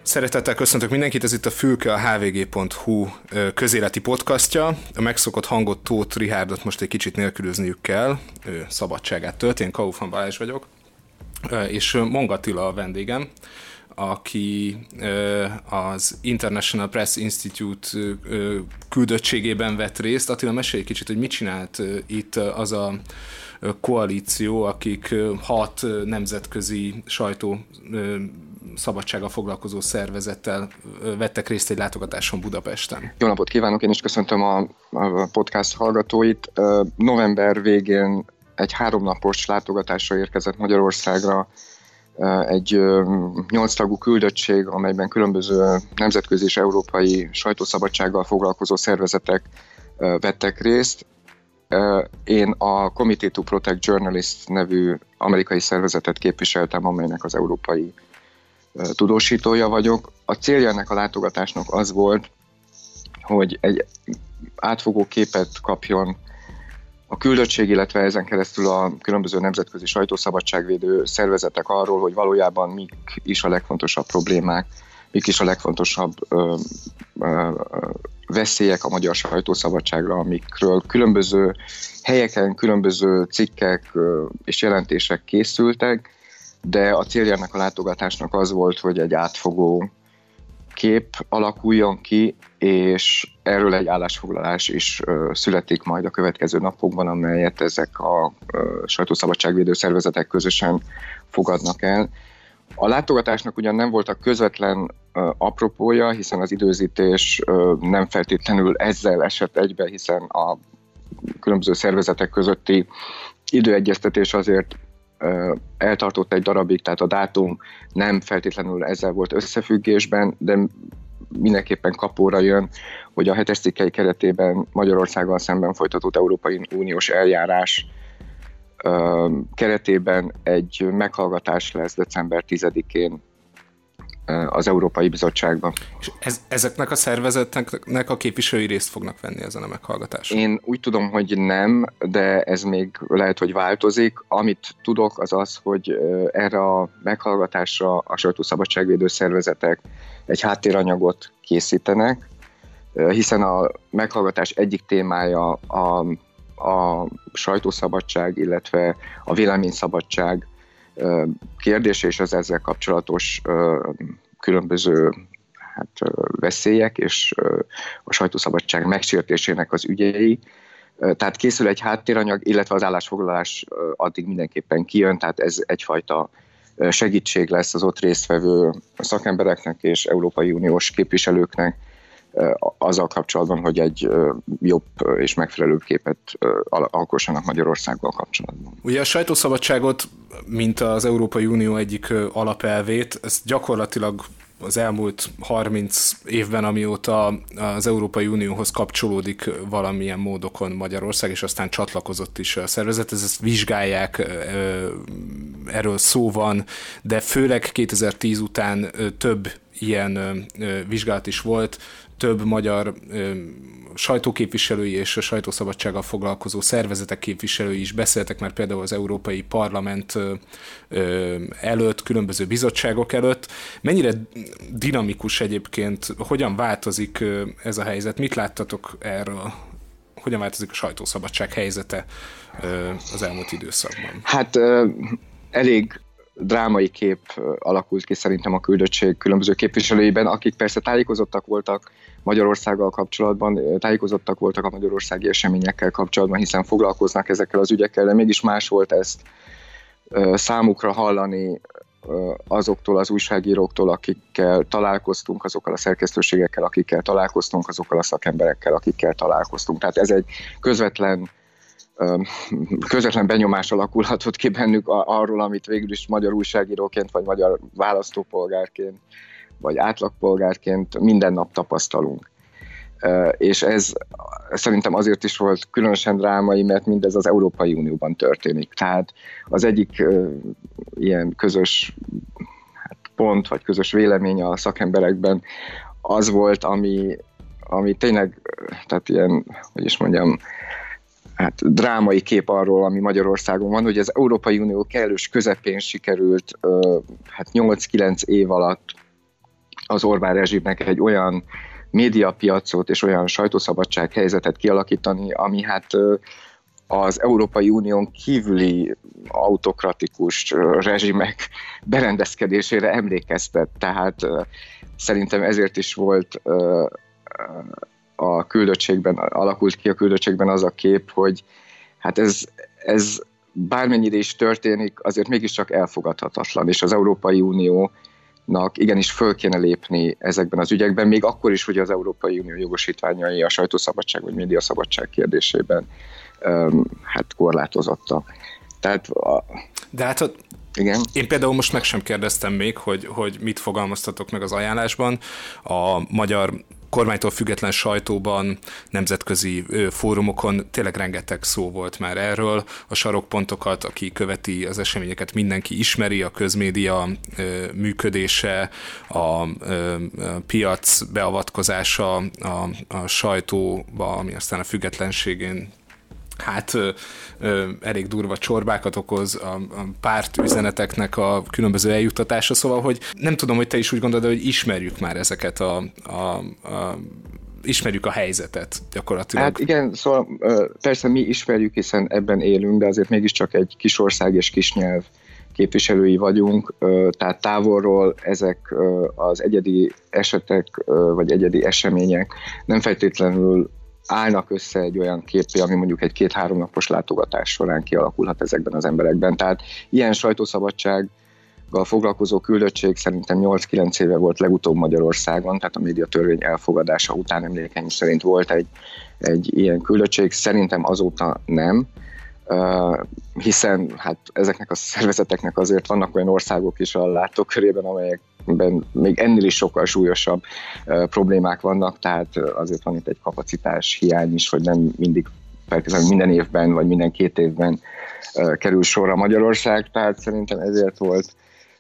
Szeretettel köszöntök mindenkit, ez itt a Fülke, a hvg.hu közéleti podcastja. A megszokott hangot, Tóth Rihárdot most egy kicsit nélkülözniük kell, ő szabadságát tölt, én Kaufmann Balázs vagyok, és Mong Attila a vendégem, aki az International Press Institute küldöttségében vett részt. Attila, mesélj egy kicsit, hogy mit csinált itt az a koalíció, akik 6 nemzetközi sajtó szabadsággal foglalkozó szervezettel vettek részt egy látogatáson Budapesten. Jó napot kívánok, én is köszöntöm a podcast hallgatóit. November végén egy 3 napos látogatásra érkezett Magyarországra egy 8 tagú küldöttség, amelyben különböző nemzetközi és európai sajtószabadsággal foglalkozó szervezetek vettek részt. Én a Committee to Protect Journalists nevű amerikai szervezetet képviseltem, amelynek az európai tudósítója vagyok. A célja ennek a látogatásnak az volt, hogy egy átfogó képet kapjon a küldöttség, illetve ezen keresztül a különböző nemzetközi sajtószabadságvédő szervezetek arról, hogy valójában mik is a legfontosabb problémák, mik is a legfontosabb veszélyek a magyar sajtószabadságra, amikről különböző helyeken, különböző cikkek és jelentések készültek, de a célja ennek a látogatásnak az volt, hogy egy átfogó kép alakuljon ki, és erről egy állásfoglalás is születik majd a következő napokban, amelyet ezek a sajtószabadságvédő szervezetek közösen fogadnak el. A látogatásnak ugyan nem voltak közvetlen apropója, hiszen az időzítés nem feltétlenül ezzel esett egybe, hiszen a különböző szervezetek közötti időegyeztetés azért eltartott egy darabig, tehát a dátum nem feltétlenül ezzel volt összefüggésben, de mindenképpen kapóra jön, hogy a 7-es cikkei keretében Magyarországgal szemben folytatott Európai Uniós eljárás keretében egy meghallgatás lesz december 10-én az Európai Bizottságban. És ezeknek a szervezeteknek a képviselői részt fognak venni ezen a meghallgatáson? Én úgy tudom, hogy nem, de ez még lehet, hogy változik. Amit tudok, az az, hogy erre a meghallgatásra a sajtószabadságvédő szervezetek egy háttéranyagot készítenek, hiszen a meghallgatás egyik témája a sajtószabadság, illetve a véleményszabadság kérdése és az ezzel kapcsolatos különböző veszélyek és a sajtószabadság megsértésének az ügyei. Tehát készül egy háttéranyag, illetve az állásfoglalás addig mindenképpen kijön, tehát ez egyfajta segítség lesz az ott résztvevő szakembereknek és Európai Uniós képviselőknek azzal kapcsolatban, hogy egy jobb és megfelelőbb képet alkossanak Magyarországgal kapcsolatban. Ugye a sajtószabadságot, mint az Európai Unió egyik alapelvét, ezt gyakorlatilag az elmúlt 30 évben, amióta az Európai Unióhoz kapcsolódik valamilyen módokon Magyarország, és aztán csatlakozott is a szervezet, ezt vizsgálják, erről szó van, de főleg 2010 után több ilyen vizsgálat is volt, több magyar sajtóképviselői és a sajtószabadsággal foglalkozó szervezetek képviselői is beszéltek már például az Európai Parlament előtt, különböző bizottságok előtt. Mennyire dinamikus egyébként, hogyan változik ez a helyzet? Mit láttatok erről? Hogyan változik a sajtószabadság helyzete az elmúlt időszakban? Hát elég drámai kép alakult ki szerintem a küldöttség különböző képviselőiben, akik persze tájékozottak voltak Magyarországgal kapcsolatban, tájékozottak voltak a magyarországi eseményekkel kapcsolatban, hiszen foglalkoznak ezekkel az ügyekkel, de mégis más volt ezt számukra hallani azoktól az újságíróktól, akikkel találkoztunk, azokkal a szerkesztőségekkel, akikkel találkoztunk, azokkal a szakemberekkel, akikkel találkoztunk. Tehát ez egy közvetlen benyomás alakulhatott ki bennük arról, amit végül is magyar újságíróként, vagy magyar választópolgárként, vagy átlagpolgárként minden nap tapasztalunk. És ez szerintem azért is volt különösen drámai, mert mindez az Európai Unióban történik. Tehát az egyik ilyen közös pont, vagy közös vélemény a szakemberekben az volt, ami tényleg, tehát ilyen, hogy is mondjam, drámai kép arról, ami Magyarországon van, hogy az Európai Unió kellős közepén sikerült 8-9 év alatt az Orbán rezsimnek egy olyan médiapiacot és olyan sajtószabadság helyzetet kialakítani, ami hát az Európai Unión kívüli autokratikus rezsimek berendezkedésére emlékeztet. Tehát szerintem ezért is volt alakult ki a küldöttségben az a kép, hogy hát ez bármennyire is történik, azért mégiscsak elfogadhatatlan, és az Európai Uniónak igenis föl kéne lépni ezekben az ügyekben, még akkor is, hogy az Európai Unió jogosítványai a sajtószabadság vagy médiaszabadság kérdésében hát korlátozottak. De hát igen. Én például most meg sem kérdeztem még, hogy mit fogalmaztatok meg az ajánlásban. A magyar kormánytól független sajtóban, nemzetközi fórumokon tényleg rengeteg szó volt már erről. A sarokpontokat, aki követi az eseményeket, mindenki ismeri, a közmédia működése, a piac beavatkozása a sajtóba, ami aztán a függetlenségén elég durva csorbákat okoz, a párt üzeneteknek a különböző eljuttatása, szóval, hogy nem tudom, hogy te is úgy gondolod, hogy ismerjük már ezeket ismerjük a helyzetet gyakorlatilag. Hát igen, szóval persze mi ismerjük, hiszen ebben élünk, de azért mégiscsak egy kis ország és kis nyelv képviselői vagyunk, tehát távolról ezek az egyedi esetek, vagy egyedi események nem feltétlenül állnak össze egy olyan képpé, ami mondjuk egy 2-3 napos látogatás során kialakulhat ezekben az emberekben. Tehát ilyen sajtószabadsággal foglalkozó küldöttség szerintem 8-9 éve volt legutóbb Magyarországon, tehát a médiatörvény elfogadása után emlékeim szerint volt egy ilyen küldöttség, szerintem azóta nem, hiszen hát ezeknek a szervezeteknek azért vannak olyan országok is a látókörében, amelyekben még ennél is sokkal súlyosabb problémák vannak, tehát azért van itt egy kapacitás hiány is, hogy nem mindig feltétlenül minden évben, vagy minden 2 évben kerül sorra Magyarország, tehát szerintem ezért volt,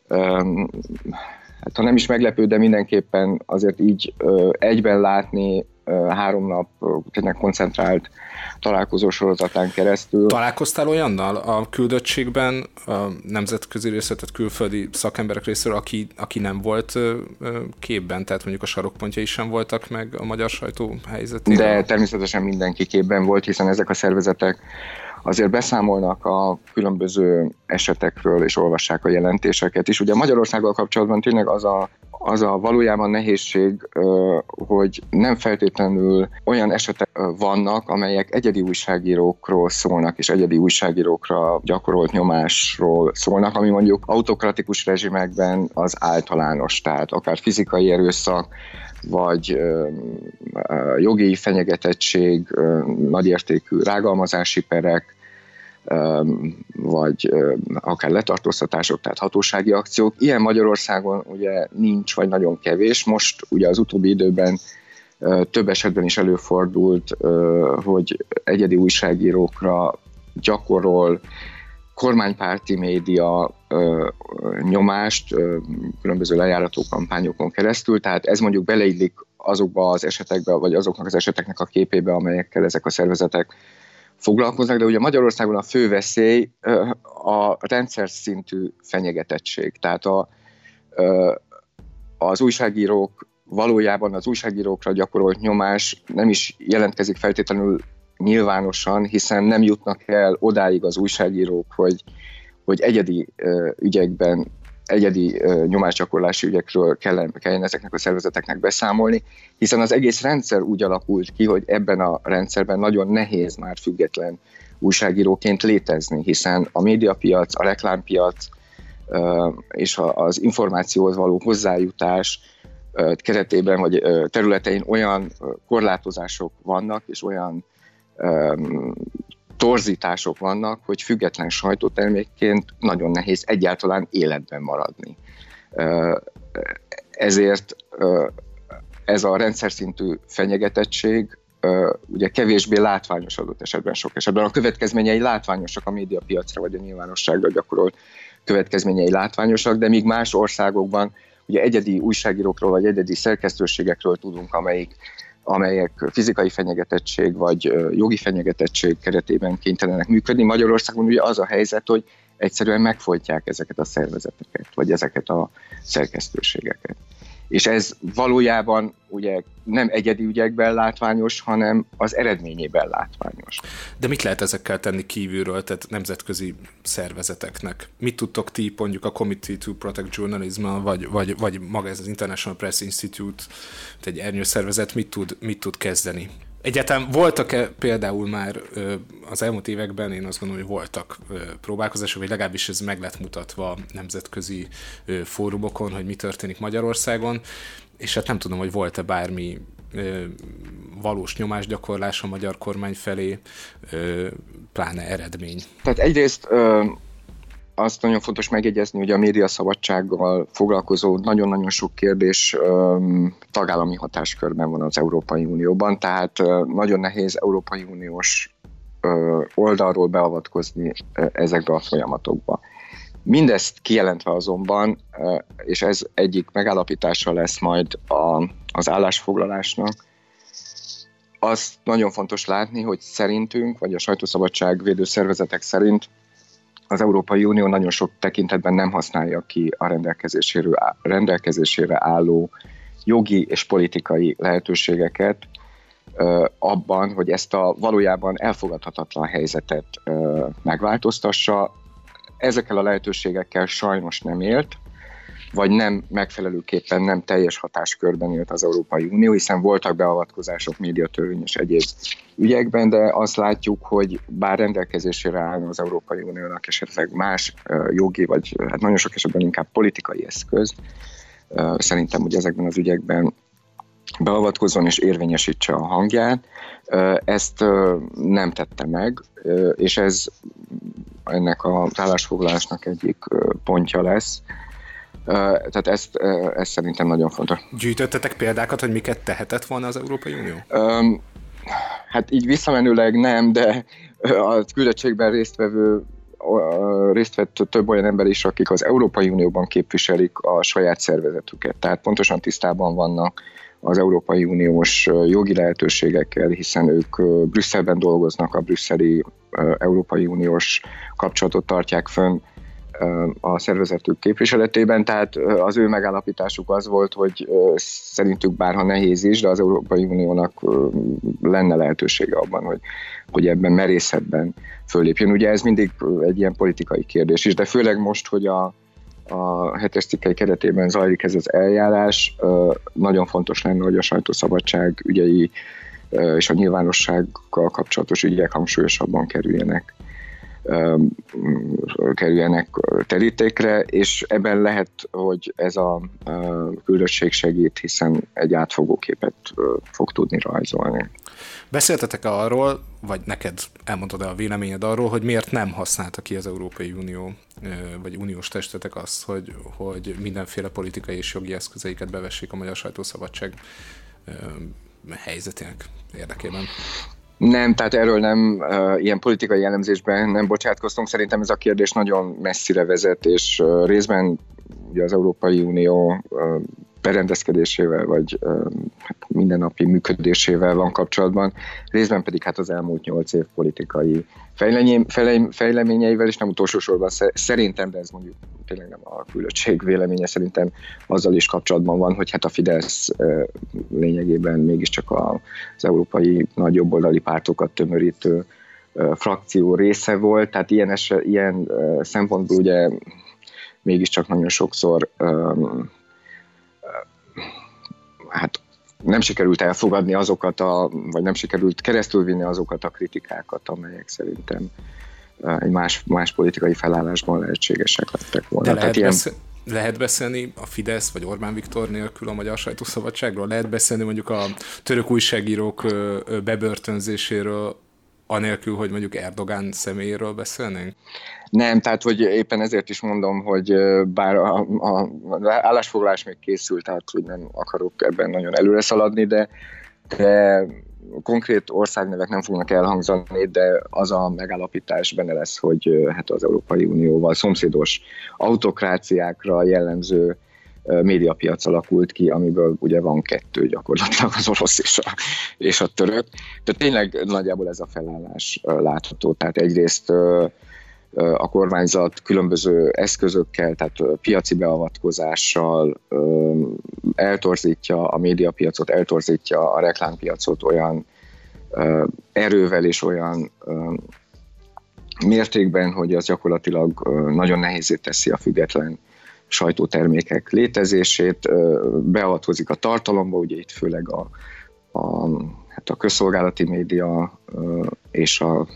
hát ha nem is meglepő, de mindenképpen azért így egyben látni 3 nap tényleg koncentrált találkozó sorozatán keresztül. Találkoztál olyannal a küldöttségben, a nemzetközi részről, tehát külföldi szakemberek részéről, aki nem volt képben, tehát mondjuk a sarokpontjai sem voltak meg a magyar sajtó helyzetében? De természetesen mindenki képben volt, hiszen ezek a szervezetek azért beszámolnak a különböző esetekről, és olvassák a jelentéseket is. Ugye Magyarországgal kapcsolatban tényleg az a valójában nehézség, hogy nem feltétlenül olyan esetek vannak, amelyek egyedi újságírókról szólnak, és egyedi újságírókra gyakorolt nyomásról szólnak, ami mondjuk autokratikus rezsimekben az általános, tehát akár fizikai erőszak, vagy jogi fenyegetettség, nagyértékű rágalmazási perek, vagy akár letartóztatások, tehát hatósági akciók. Ilyen Magyarországon ugye nincs, vagy nagyon kevés. Most ugye az utóbbi időben több esetben is előfordult, hogy egyedi újságírókra gyakorol kormánypárti média nyomást különböző lejárató kampányokon keresztül, tehát ez mondjuk beleillik azokba az esetekbe, vagy azoknak az eseteknek a képébe, amelyekkel ezek a szervezetek foglalkoznak, de ugye Magyarországon a fő veszély a rendszer szintű fenyegetettség. Tehát az újságírók, valójában az újságírókra gyakorolt nyomás nem is jelentkezik feltétlenül nyilvánosan, hiszen nem jutnak el odáig az újságírók, hogy egyedi ügyekben, egyedi nyomásgyakorlási ügyekről kelljen ezeknek a szervezeteknek beszámolni, hiszen az egész rendszer úgy alakult ki, hogy ebben a rendszerben nagyon nehéz már független újságíróként létezni, hiszen a médiapiac, a reklámpiac és az információhoz való hozzájutás keretében vagy területein olyan korlátozások vannak, és olyan torzítások vannak, hogy független sajtótermékként nagyon nehéz egyáltalán életben maradni. Ezért ez a rendszer szintű fenyegetettség ugye kevésbé látványos adott esetben, sok esetben. A következményei látványosak a médiapiacra vagy a nyilvánosságra gyakorolt következményei látványosak, de míg más országokban ugye egyedi újságírókról vagy egyedi szerkesztőségekről tudunk, amelyek fizikai fenyegetettség vagy jogi fenyegetettség keretében kénytelenek működni. Magyarországon ugye az a helyzet, hogy egyszerűen megfojtják ezeket a szervezeteket, vagy ezeket a szerkesztőségeket. És ez valójában ugye nem egyedi ügyekben látványos, hanem az eredményében látványos. De mit lehet ezekkel tenni kívülről, tehát nemzetközi szervezeteknek? Mit tudtok ti, mondjuk a Committee to Protect Journalism, vagy maga ez az International Press Institute, egy ernyőszervezet mit tud kezdeni? Egyáltalán voltak-e például már az elmúlt években, én azt gondolom, hogy voltak próbálkozások, vagy legalábbis ez meg lett mutatva nemzetközi fórumokon, hogy mi történik Magyarországon, és hát nem tudom, hogy volt-e bármi valós nyomásgyakorlás a magyar kormány felé, pláne eredmény. Tehát egyrészt azt nagyon fontos megjegyezni, hogy a médiaszabadsággal foglalkozó nagyon-nagyon sok kérdés tagállami hatáskörben van az Európai Unióban, tehát nagyon nehéz Európai Uniós oldalról beavatkozni ezekbe a folyamatokba. Mindezt kijelentve azonban, és ez egyik megállapítása lesz majd az állásfoglalásnak, azt nagyon fontos látni, hogy szerintünk, vagy a sajtószabadságvédő szervezetek szerint az Európai Unió nagyon sok tekintetben nem használja ki a rendelkezésére álló jogi és politikai lehetőségeket abban, hogy ezt a valójában elfogadhatatlan helyzetet megváltoztassa. Ezekkel a lehetőségekkel sajnos nem élt, vagy nem megfelelőképpen, nem teljes hatáskörben élt az Európai Unió, hiszen voltak beavatkozások médiatörvény és egyéb ügyekben, de azt látjuk, hogy bár rendelkezésére állna az Európai Uniónak esetleg más jogi, vagy hát nagyon sok esetben inkább politikai eszköz, szerintem, hogy ezekben az ügyekben beavatkozzon és érvényesítse a hangját. Ezt nem tette meg, és ez ennek az állásfoglalásnak egyik pontja lesz. Tehát ez szerintem nagyon fontos. Gyűjtöttetek példákat, hogy miket tehetett volna az Európai Unió? Hát így visszamenőleg nem, de a küldöttségben részt vett több olyan ember is, akik az Európai Unióban képviselik a saját szervezetüket. Tehát pontosan tisztában vannak az Európai Uniós jogi lehetőségekkel, hiszen ők Brüsszelben dolgoznak, a brüsszeli Európai Uniós kapcsolatot tartják fönn a szervezetük képviseletében, tehát az ő megállapításuk az volt, hogy szerintük bárha nehéz is, de az Európai Uniónak lenne lehetősége abban, hogy ebben merészebben föllépjön. Ugye ez mindig egy ilyen politikai kérdés is, de főleg most, hogy a 7-es cikkei keretében zajlik ez az eljárás, nagyon fontos lenne, hogy a sajtószabadság ügyei és a nyilvánossággal kapcsolatos ügyek hangsúlyosabban kerüljenek terítékre, és ebben lehet, hogy ez a küldöttség segít, hiszen egy átfogó képet fog tudni rajzolni. Beszéltetek arról, vagy neked elmondtad a véleményed arról, hogy miért nem használta ki az Európai Unió, vagy uniós testetek azt, hogy mindenféle politikai és jogi eszközeiket bevessék a magyar sajtószabadság helyzetének érdekében? Nem, tehát erről nem, ilyen politikai elemzésben nem bocsátkoztunk. Szerintem ez a kérdés nagyon messzire vezet, és részben ugye az Európai Unió berendezkedésevel, vagy mindennapi működésével van kapcsolatban, részben pedig hát az elmúlt 8 év politikai fejleményeivel, és nem utolsó sorban szerintem, de ez mondjuk tényleg nem a küldöttség véleménye, szerintem azzal is kapcsolatban van, hogy hát a Fidesz lényegében mégiscsak az európai nagy jobboldali pártokat tömörítő frakció része volt, tehát ilyen szempontból ugye mégiscsak nagyon sokszor hát nem sikerült elfogadni azokat vagy nem sikerült keresztülvinni azokat a kritikákat, amelyek szerintem egy más politikai felállásban lehetségesek lettek volna. De lehet beszélni a Fidesz vagy Orbán Viktor nélkül a magyar sajtószabadságról? Lehet beszélni mondjuk a török újságírók bebörtönzéséről, anélkül, hogy mondjuk Erdogán személyéről beszélnénk? Nem, tehát hogy éppen ezért is mondom, hogy bár az állásfoglalás még készült, tehát hogy nem akarok ebben nagyon előre szaladni, de konkrét országnevek nem fognak elhangzani, de az a megállapítás benne lesz, hogy hát az Európai Unióval szomszédos autokráciákra jellemző médiapiac alakult ki, amiből ugye van 2 gyakorlatilag, az orosz és a török. De tényleg nagyjából ez a felállás látható. Tehát egyrészt a kormányzat különböző eszközökkel, tehát piaci beavatkozással eltorzítja a médiapiacot, eltorzítja a reklámpiacot olyan erővel és olyan mértékben, hogy az gyakorlatilag nagyon nehézé teszi a független sajtótermékek létezését, beavatkozik a tartalomba, ugye itt főleg a közszolgálati média és a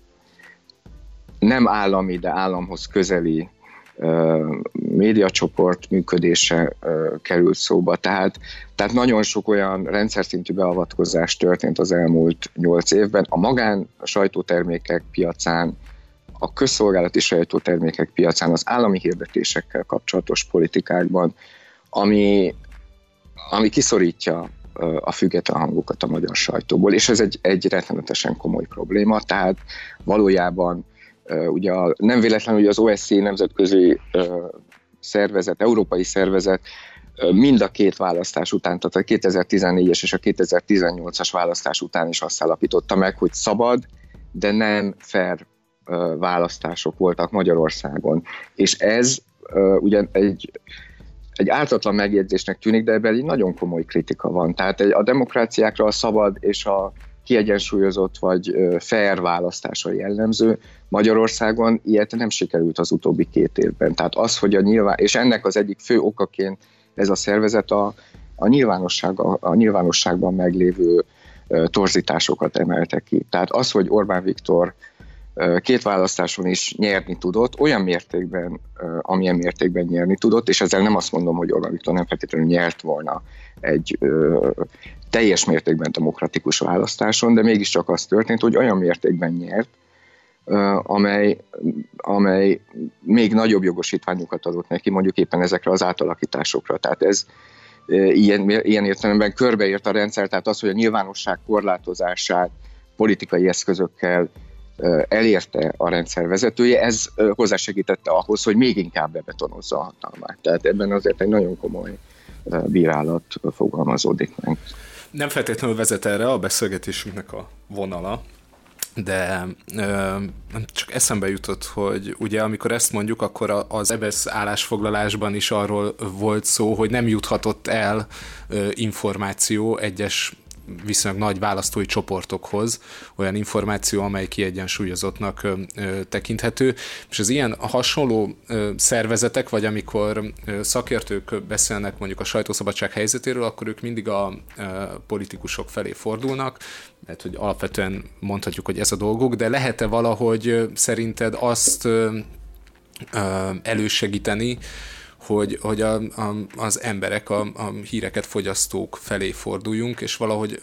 nem állami, de államhoz közeli médiacsoport működése került szóba. Tehát nagyon sok olyan rendszer szintű beavatkozás történt az elmúlt 8 évben. A magán sajtótermékek piacán, a közszolgálati sajtótermékek piacán, az állami hirdetésekkel kapcsolatos politikákban, ami kiszorítja a független hangokat a magyar sajtóból, és ez egy rettenetesen komoly probléma, tehát valójában ugye nem véletlenül, hogy az OSCE nemzetközi szervezet, európai szervezet mind a két választás után, tehát a 2014-es és a 2018-as választás után is azt állapította meg, hogy szabad, de nem fair választások voltak Magyarországon. És ez ugye egy ártatlan megjegyzésnek tűnik, de ebben egy nagyon komoly kritika van. Tehát a demokráciákra a szabad és a kiegyensúlyozott vagy fair választásra jellemző. Magyarországon ilyet nem sikerült az utóbbi 2 évben. Tehát az, hogy és ennek az egyik fő okaként ez a szervezet a nyilvánosságban meglévő torzításokat emelte ki. Tehát az, hogy Orbán Viktor 2 választáson is nyerni tudott, olyan mértékben, amilyen mértékben nyerni tudott, és ezzel nem azt mondom, hogy Orbán Viktor nem feltétlenül nyert volna egy teljes mértékben demokratikus választáson, de mégiscsak az történt, hogy olyan mértékben nyert, amely még nagyobb jogosítványokat adott neki, mondjuk éppen ezekre az átalakításokra. Tehát ez ilyen értelemben körbeért a rendszer, tehát az, hogy a nyilvánosság korlátozását politikai eszközökkel elérte a rendszer vezetője, ez hozzásegítette ahhoz, hogy még inkább bebetonozza a hatalmát. Tehát ebben azért egy nagyon komoly bírálat fogalmazódik meg. Nem feltétlenül vezet erre a beszélgetésünknek a vonala, de csak eszembe jutott, hogy ugye amikor ezt mondjuk, akkor az EBESZ állásfoglalásban is arról volt szó, hogy nem juthatott el információ egyes viszonylag nagy választói csoportokhoz, olyan információ, amely kiegyensúlyozottnak tekinthető, és az ilyen hasonló szervezetek, vagy amikor szakértők beszélnek mondjuk a sajtószabadság helyzetéről, akkor ők mindig a politikusok felé fordulnak, mert hogy alapvetően mondhatjuk, hogy ez a dolguk, de lehet-e valahogy szerinted azt elősegíteni, hogy az emberek, a híreket fogyasztók felé forduljunk, és valahogy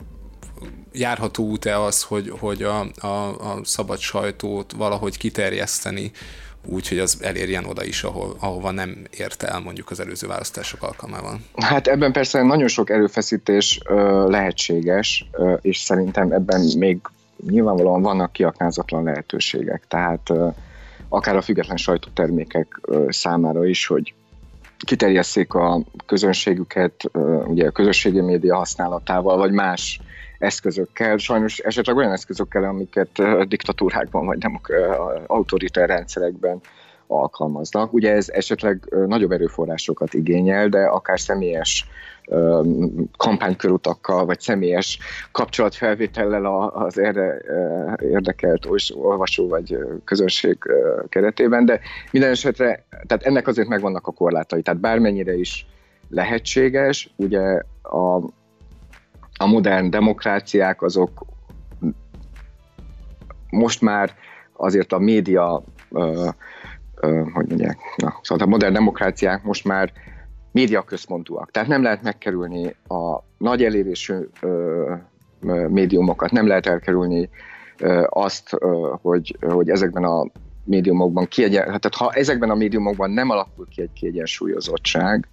járható út-e az, hogy a szabad sajtót valahogy kiterjeszteni, úgy, hogy az elérjen oda is, ahova nem érte el mondjuk az előző választások alkalmával. Hát ebben persze nagyon sok erőfeszítés lehetséges, és szerintem ebben még nyilvánvalóan vannak kiaknázatlan lehetőségek. Tehát akár a független sajtótermékek számára is, hogy kiterjesszék a közönségüket, ugye a közösségi média használatával, vagy más eszközökkel, sajnos esetleg olyan eszközökkel, amiket diktatúrákban vagy autoritár rendszerekben alkalmaznak. Ugye ez esetleg nagyobb erőforrásokat igényel, de akár személyes kampánykörutakkal, vagy személyes kapcsolatfelvétellel az erre érdekelt olvasó vagy közönség keretében, de minden esetre, tehát ennek azért megvannak a korlátai, tehát bármennyire is lehetséges, ugye a modern demokráciák azok most már azért a média, hogy mondják, szóval a modern demokráciák most már médiaközpontúak. Tehát nem lehet megkerülni a nagy elérésű médiumokat, nem lehet elkerülni azt, hogy ezekben a médiumokban tehát ha ezekben a médiumokban nem alakul ki egy kiegyensúlyozottság,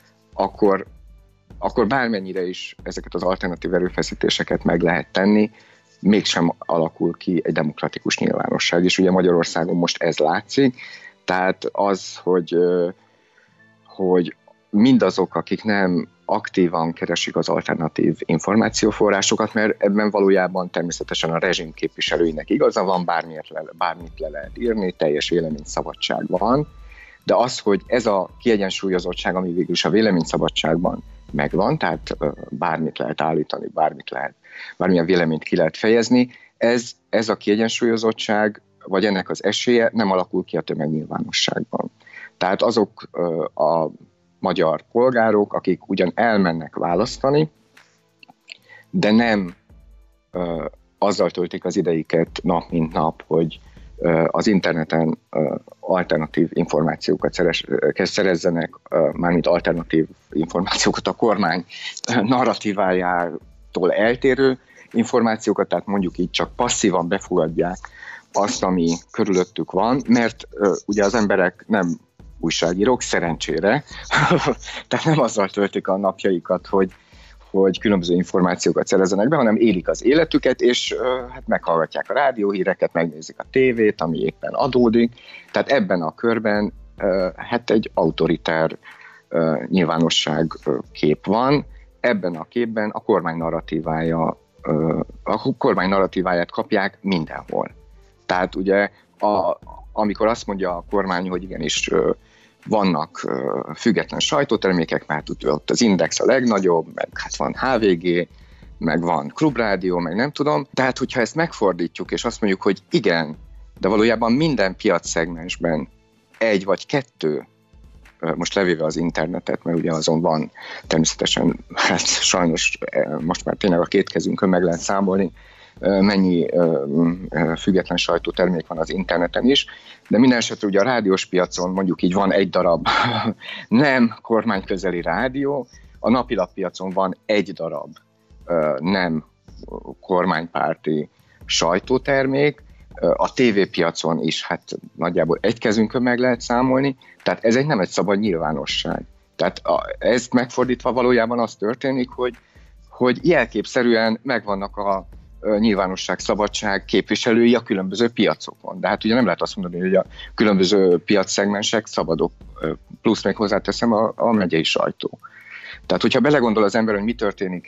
akkor bármennyire is ezeket az alternatív erőfeszítéseket meg lehet tenni, mégsem alakul ki egy demokratikus nyilvánosság. És ugye Magyarországon most ez látszik, tehát az, hogy mindazok, akik nem aktívan keresik az alternatív információforrásokat, mert ebben valójában természetesen a rezsim képviselőinek igaza van, bármit le lehet írni, teljes véleményszabadság van, de az, hogy ez a kiegyensúlyozottság, ami végül is a véleményszabadságban megvan, tehát bármit lehet állítani, bármilyen véleményt ki lehet fejezni, ez a kiegyensúlyozottság, vagy ennek az esélye nem alakul ki a tömegnyilvánosságban. Tehát azok a magyar polgárok, akik ugyan elmennek választani, de nem azzal töltik az idejüket nap mint nap, hogy az interneten alternatív információkat szerezzenek, mármint alternatív információkat a kormány narratívájától eltérő információkat, tehát mondjuk így csak passzívan befogadják azt, ami körülöttük van, mert ugye az emberek nem újságírók, szerencsére, tehát nem azzal töltik a napjaikat, hogy különböző információkat szerezzenek be, hanem élik az életüket, és hát meghallgatják a rádióhíreket, megnézik a tévét, ami éppen adódik. Tehát ebben a körben hát egy autoritár nyilvánosság kép van. Ebben a képben a kormány narratíváját kapják mindenhol. Tehát ugye amikor azt mondja a kormány, hogy igenis vannak független sajtótermékek, mert ott az Index a legnagyobb, meg hát van HVG, meg van Klubrádió, meg nem tudom. Tehát, hogyha ezt megfordítjuk, és azt mondjuk, hogy igen, de valójában minden piacszegmensben egy vagy kettő, most levéve az internetet, mert ugye azon van természetesen, hát sajnos most már tényleg a két kezünkön meg lehet számolni, mennyi független sajtótermék van az interneten is, de minden esetre ugye a rádiós piacon mondjuk így van egy darab nem kormányközeli rádió, a napilappiacon van egy darab nem kormánypárti sajtótermék, a tévépiacon is hát nagyjából egy kezünkön meg lehet számolni, tehát ez nem egy szabad nyilvánosság. Tehát ezt megfordítva valójában az történik, hogy jelképszerűen megvannak a nyilvánosság, szabadság képviselői a különböző piacokon. De hát ugye nem lehet azt mondani, hogy a különböző piacszegmensek szabadok, plusz még hozzáteszem a megyei sajtó. Tehát, hogyha belegondol az ember, hogy mi történik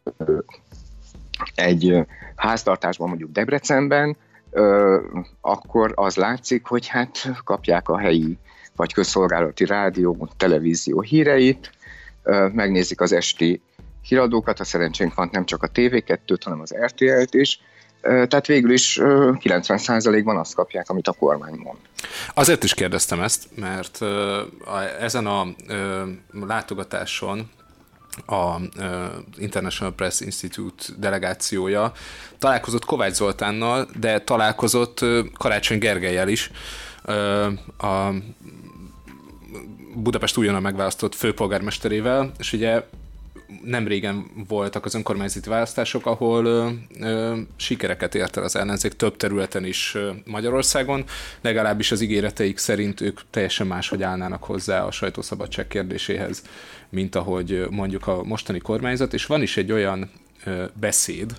egy háztartásban, mondjuk Debrecenben, akkor az látszik, hogy hát kapják a helyi vagy közszolgálati rádió, televízió híreit, megnézik az esti híradókat, a szerencsénk van nem csak a TV2-t, hanem az RTL-t is, tehát végül is 90%-ban azt kapják, amit a kormány mond. Azért is kérdeztem ezt, mert ezen a látogatáson a International Press Institute delegációja találkozott Kovács Zoltánnal, de találkozott Karácsony Gergellyel is, a Budapest újonnan megválasztott főpolgármesterével, és ugye nem régen voltak az önkormányzati választások, ahol sikereket ért el az ellenzék több területen is Magyarországon, legalábbis az ígéreteik szerint ők teljesen máshogy állnának hozzá a sajtószabadság kérdéséhez, mint ahogy mondjuk a mostani kormányzat, és van is egy olyan beszéd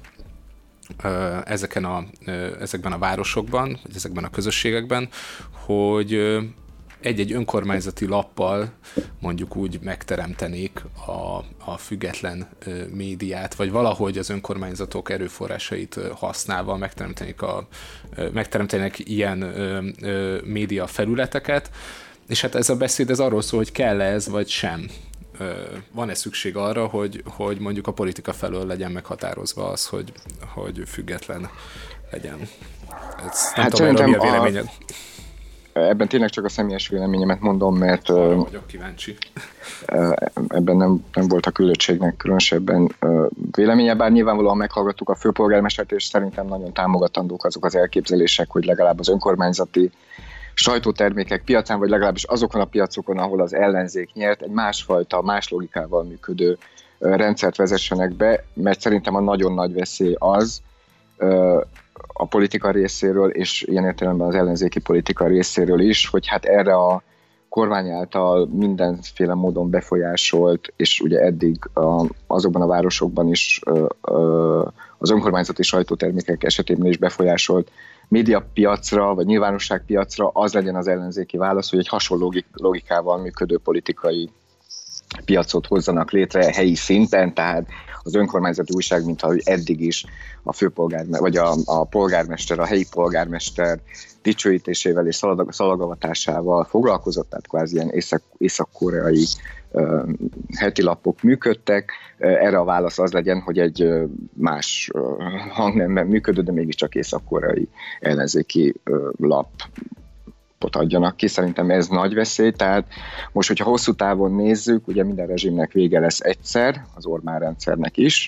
ezekben a városokban, vagy ezekben a közösségekben, hogy egy-egy önkormányzati lappal mondjuk úgy megteremtenék a független médiát, vagy valahogy az önkormányzatok erőforrásait használva megteremtenék ilyen média felületeket, és hát ez a beszéd ez arról szól, hogy kell-e ez, vagy sem. Van-e szükség arra, hogy mondjuk a politika felől legyen meghatározva az, hogy független legyen. Nem tudom, mi a véleményed. Ebben tényleg csak a személyes véleményemet mondom, mert vagyok kíváncsi. Ebben nem volt a küldöttségnek különösebben véleménye, bár nyilvánvalóan meghallgattuk a főpolgármestert, és szerintem nagyon támogatandók azok az elképzelések, hogy legalább az önkormányzati sajtótermékek piacán, vagy legalábbis azokon a piacokon, ahol az ellenzék nyert, egy másfajta, más logikával működő rendszert vezessenek be, mert szerintem a nagyon nagy veszély az, a politika részéről, és ilyen értelemben az ellenzéki politika részéről is, hogy hát erre a kormány által mindenféle módon befolyásolt, és ugye eddig azokban a városokban is az önkormányzati sajtótermékek esetében is befolyásolt médiapiacra, vagy nyilvánosságpiacra az legyen az ellenzéki válasz, hogy egy hasonló logikával működő politikai piacot hozzanak létre helyi szinten, tehát az önkormányzati újság, mint ahogy eddig is a főpolgármester, vagy a polgármester, a helyi polgármester dicsőítésével és szalagavatásával foglalkozott, tehát kvázi ilyen észak-koreai heti lapok működtek. Erre a válasz az legyen, hogy egy más hangnemben működő, de mégiscsak észak-koreai ellenzéki lapot adjanak ki. Szerintem ez nagy veszély, tehát most, hogyha hosszú távon nézzük, ugye minden rezsimnek vége lesz egyszer, az Orbán rendszernek is.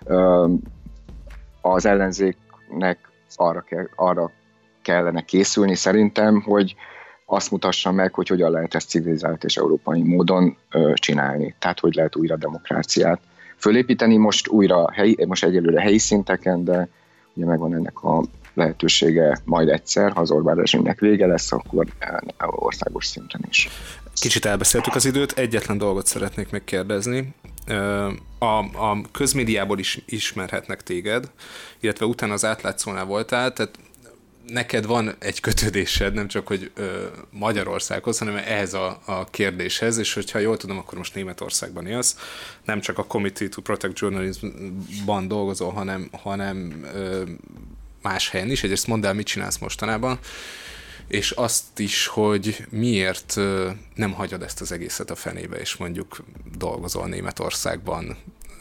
Az ellenzéknek arra kellene készülni szerintem, hogy azt mutassa meg, hogy hogyan lehet ezt civilizált és európai módon csinálni. Tehát, hogy lehet újra demokráciát fölépíteni, most egyelőre helyi szinteken, de ugye megvan ennek a lehetősége majd egyszer, ha az Orbán rezsimnek vége lesz, akkor országos szinten is. Kicsit elbeszéltük az időt, egyetlen dolgot szeretnék megkérdezni. A közmédiából is ismerhetnek téged, illetve utána az Átlátszónál voltál, tehát neked van egy kötődésed, nem csak, hogy Magyarországhoz, hanem ehhez a kérdéshez, és hogyha jól tudom, akkor most Németországban élsz, nem csak a Committee to Protect Journalism-ban dolgozol, hanem más helyen is. Egyrészt mondd el, mit csinálsz mostanában, és azt is, hogy miért nem hagyod ezt az egészet a fenébe, és mondjuk dolgozol Németországban,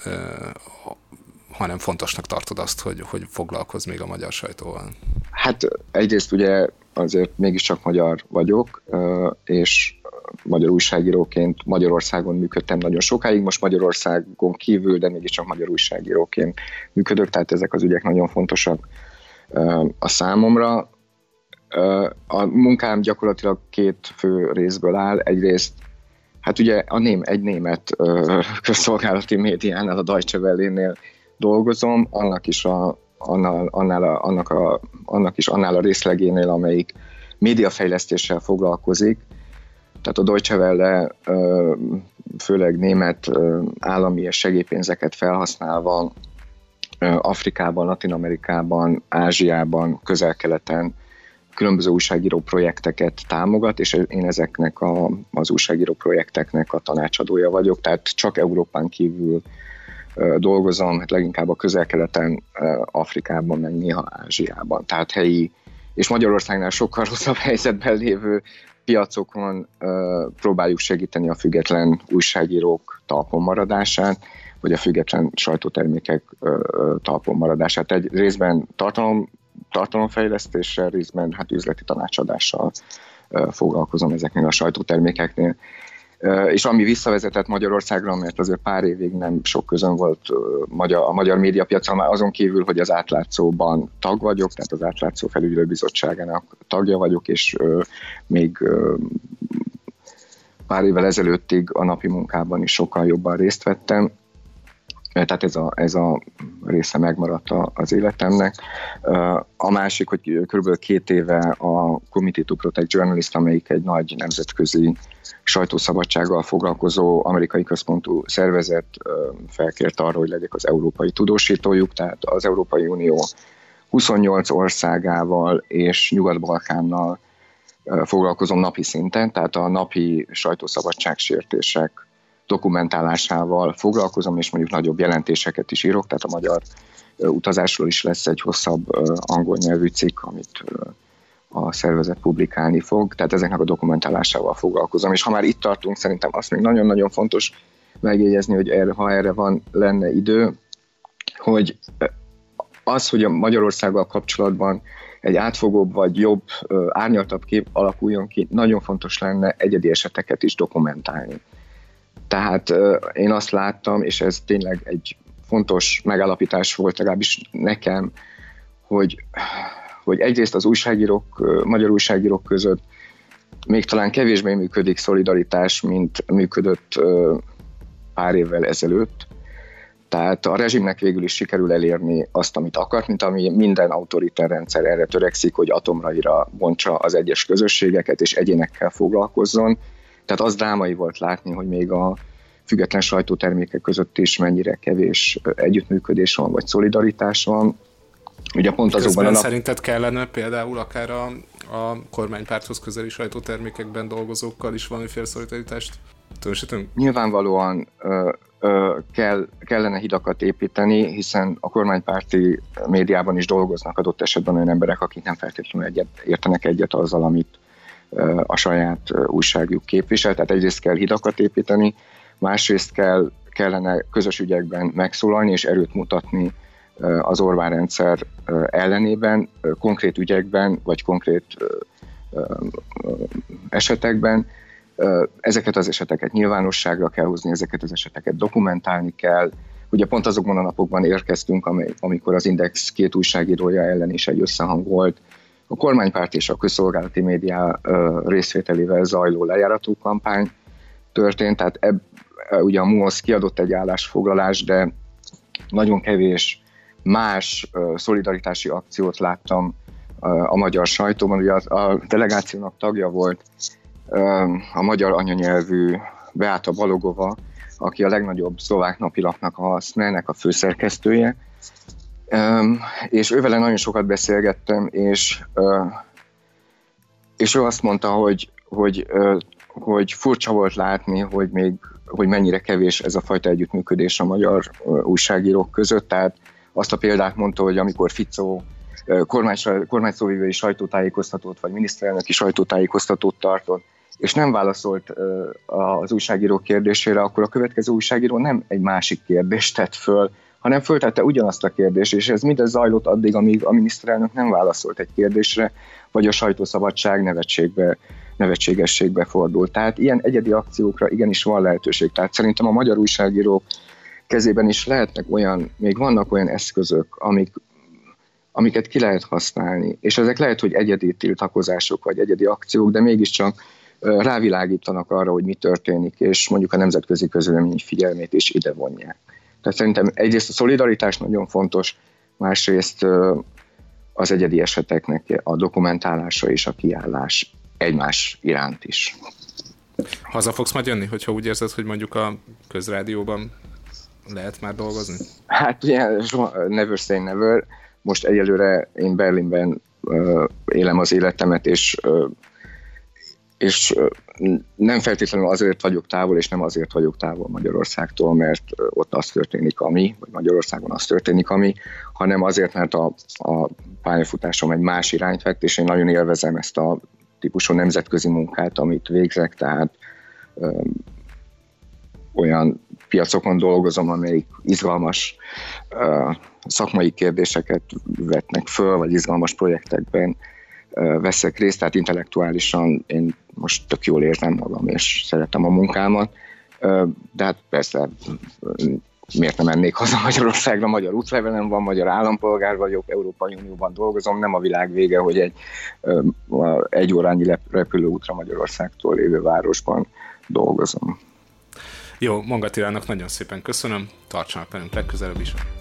hanem fontosnak tartod azt, hogy foglalkozz még a magyar sajtóval. Hát egyrészt ugye azért mégiscsak magyar vagyok, és magyar újságíróként Magyarországon működtem nagyon sokáig, most Magyarországon kívül, de mégiscsak magyar újságíróként működök, tehát ezek az ügyek nagyon fontosak a számomra. A munkám gyakorlatilag két fő részből áll. Egyrészt, hát ugye egy német közszolgálati médiánál, a Deutsche Welle-nél dolgozom, annak is annál a részlegénél, amelyik médiafejlesztéssel foglalkozik. Tehát a Deutsche Welle főleg német állami és segélypénzeket felhasználva Afrikában, Latin-Amerikában, Ázsiában, Közel-Keleten különböző újságíró projekteket támogat, és én ezeknek az újságíró projekteknek a tanácsadója vagyok, tehát csak Európán kívül dolgozom, hát leginkább a Közel-Keleten, Afrikában, meg néha Ázsiában. Tehát helyi, és Magyarországnál sokkal rosszabb helyzetben lévő piacokon próbáljuk segíteni a független újságírók talpon maradását, vagy a független sajtótermékek talpon maradását. Egy részben tartalomfejlesztéssel, részben hát üzleti tanácsadással foglalkozom ezeknél a sajtótermékeknél. És ami visszavezetett Magyarországra, mert azért pár évig nem sok közön volt a magyar médiapiacon, már azon kívül, hogy az Átlátszóban tag vagyok, tehát az Átlátszó felügyelőbizottságának tagja vagyok, és még pár évvel ezelőttig a napi munkában is sokkal jobban részt vettem. Tehát ez a része megmaradt az életemnek. A másik, hogy kb. 2 éve a Committee to Protect Journalism, amelyik egy nagy nemzetközi sajtószabadsággal foglalkozó amerikai központú szervezet felkért arra, hogy legyek az európai tudósítójuk, tehát az Európai Unió 28 országával és Nyugat-Balkánnal foglalkozom napi szinten, tehát a napi sajtószabadságsértések dokumentálásával foglalkozom, és mondjuk nagyobb jelentéseket is írok, tehát a magyar utazásról is lesz egy hosszabb angol nyelvű cikk, amit a szervezet publikálni fog, tehát ezeknek a dokumentálásával foglalkozom. És ha már itt tartunk, szerintem azt még nagyon-nagyon fontos megjegyezni, hogy ha erre lenne idő, hogy az, hogy a Magyarországgal kapcsolatban egy átfogóbb vagy jobb, árnyaltabb kép alakuljon ki, nagyon fontos lenne egyedi eseteket is dokumentálni. Tehát én azt láttam, és ez tényleg egy fontos megállapítás volt legalábbis nekem, hogy egyrészt az újságírók, magyar újságírók között még talán kevésbé működik szolidaritás, mint működött pár évvel ezelőtt. Tehát a rezsimnek végül is sikerül elérni azt, amit akart, mint ami minden autoriter rendszer erre törekszik, hogy atomraira bontsa az egyes közösségeket és egyénekkel foglalkozzon. Tehát az drámai volt látni, hogy még a független sajtótermékek között is mennyire kevés együttműködés van, vagy szolidaritás van. Ugye pont azokban szerinted kellene például akár a kormánypárthoz közeli sajtótermékekben dolgozókkal is valamiféle szolidaritást Tanúsítunk? Nyilvánvalóan kellene hidakat építeni, hiszen a kormánypárti médiában is dolgoznak adott esetben olyan emberek, akik nem feltétlenül értenek egyet azzal, amit a saját újságjuk képvisel. Tehát egyrészt kell hidakat építeni, másrészt kellene közös ügyekben megszólalni és erőt mutatni az Orbán rendszer ellenében, konkrét ügyekben vagy konkrét esetekben. Ezeket az eseteket nyilvánosságra kell hozni, ezeket az eseteket dokumentálni kell. Ugye pont azokban a napokban érkeztünk, amikor az Index 2 újságírója ellen is egy összehang volt. A kormánypárt és a közszolgálati média részvételével zajló lejárató kampány történt, tehát ugye a MUOSZ kiadott egy állásfoglalást, de nagyon kevés más szolidaritási akciót láttam a magyar sajtóban. Ugye a delegációnak tagja volt a magyar anyanyelvű Beáta Balogova, aki a legnagyobb szlovák napilapnak, a SME-nek a főszerkesztője, és ővele nagyon sokat beszélgettem, és ő azt mondta, hogy furcsa volt látni, hogy mennyire kevés ez a fajta együttműködés a magyar újságírók között. Tehát azt a példát mondta, hogy amikor Fico kormányszóvivői sajtótájékoztatót, vagy miniszterelnöki sajtótájékoztatót tartott, és nem válaszolt az újságíró kérdésére, akkor a következő újságíró nem egy másik kérdést tett föl, hanem föltette ugyanazt a kérdést, és ez mindez zajlott addig, amíg a miniszterelnök nem válaszolt egy kérdésre, vagy a sajtószabadság nevetségességbe fordult. Tehát ilyen egyedi akciókra igenis van lehetőség. Tehát szerintem a magyar újságírók kezében is még vannak olyan eszközök, amiket ki lehet használni, és ezek lehet, hogy egyedi tiltakozások, vagy egyedi akciók, de mégiscsak rávilágítanak arra, hogy mi történik, és mondjuk a nemzetközi közvélemény figyelmét is ide vonják. Tehát szerintem egyrészt a szolidaritás nagyon fontos, másrészt az egyedi eseteknek a dokumentálása és a kiállás egymás iránt is. Haza fogsz majd jönni, hogyha úgy érzed, hogy mondjuk a közrádióban lehet már dolgozni? Hát ugye, never say never. Most egyelőre én Berlinben élem az életemet, és nem feltétlenül azért vagyok távol, és nem azért vagyok távol Magyarországtól, mert ott az történik, vagy Magyarországon az történik, hanem azért, mert a pályafutásom egy más irányt vett, és én nagyon élvezem ezt a típusú nemzetközi munkát, amit végzek, tehát olyan piacokon dolgozom, amelyik izgalmas szakmai kérdéseket vetnek föl, vagy izgalmas projektekben veszek részt, tehát intellektuálisan én most tök jól érzem magam, és szeretem a munkámat, de hát persze miért nem mennék haza Magyarországra, magyar útlevelem van, magyar állampolgár vagyok, Európai Unióban dolgozom, nem a világ vége, hogy egy órányi repülőútra Magyarországtól lévő városban dolgozom. Jó, Monga Attilának nagyon szépen köszönöm, tartsanak velünk legközelebb is.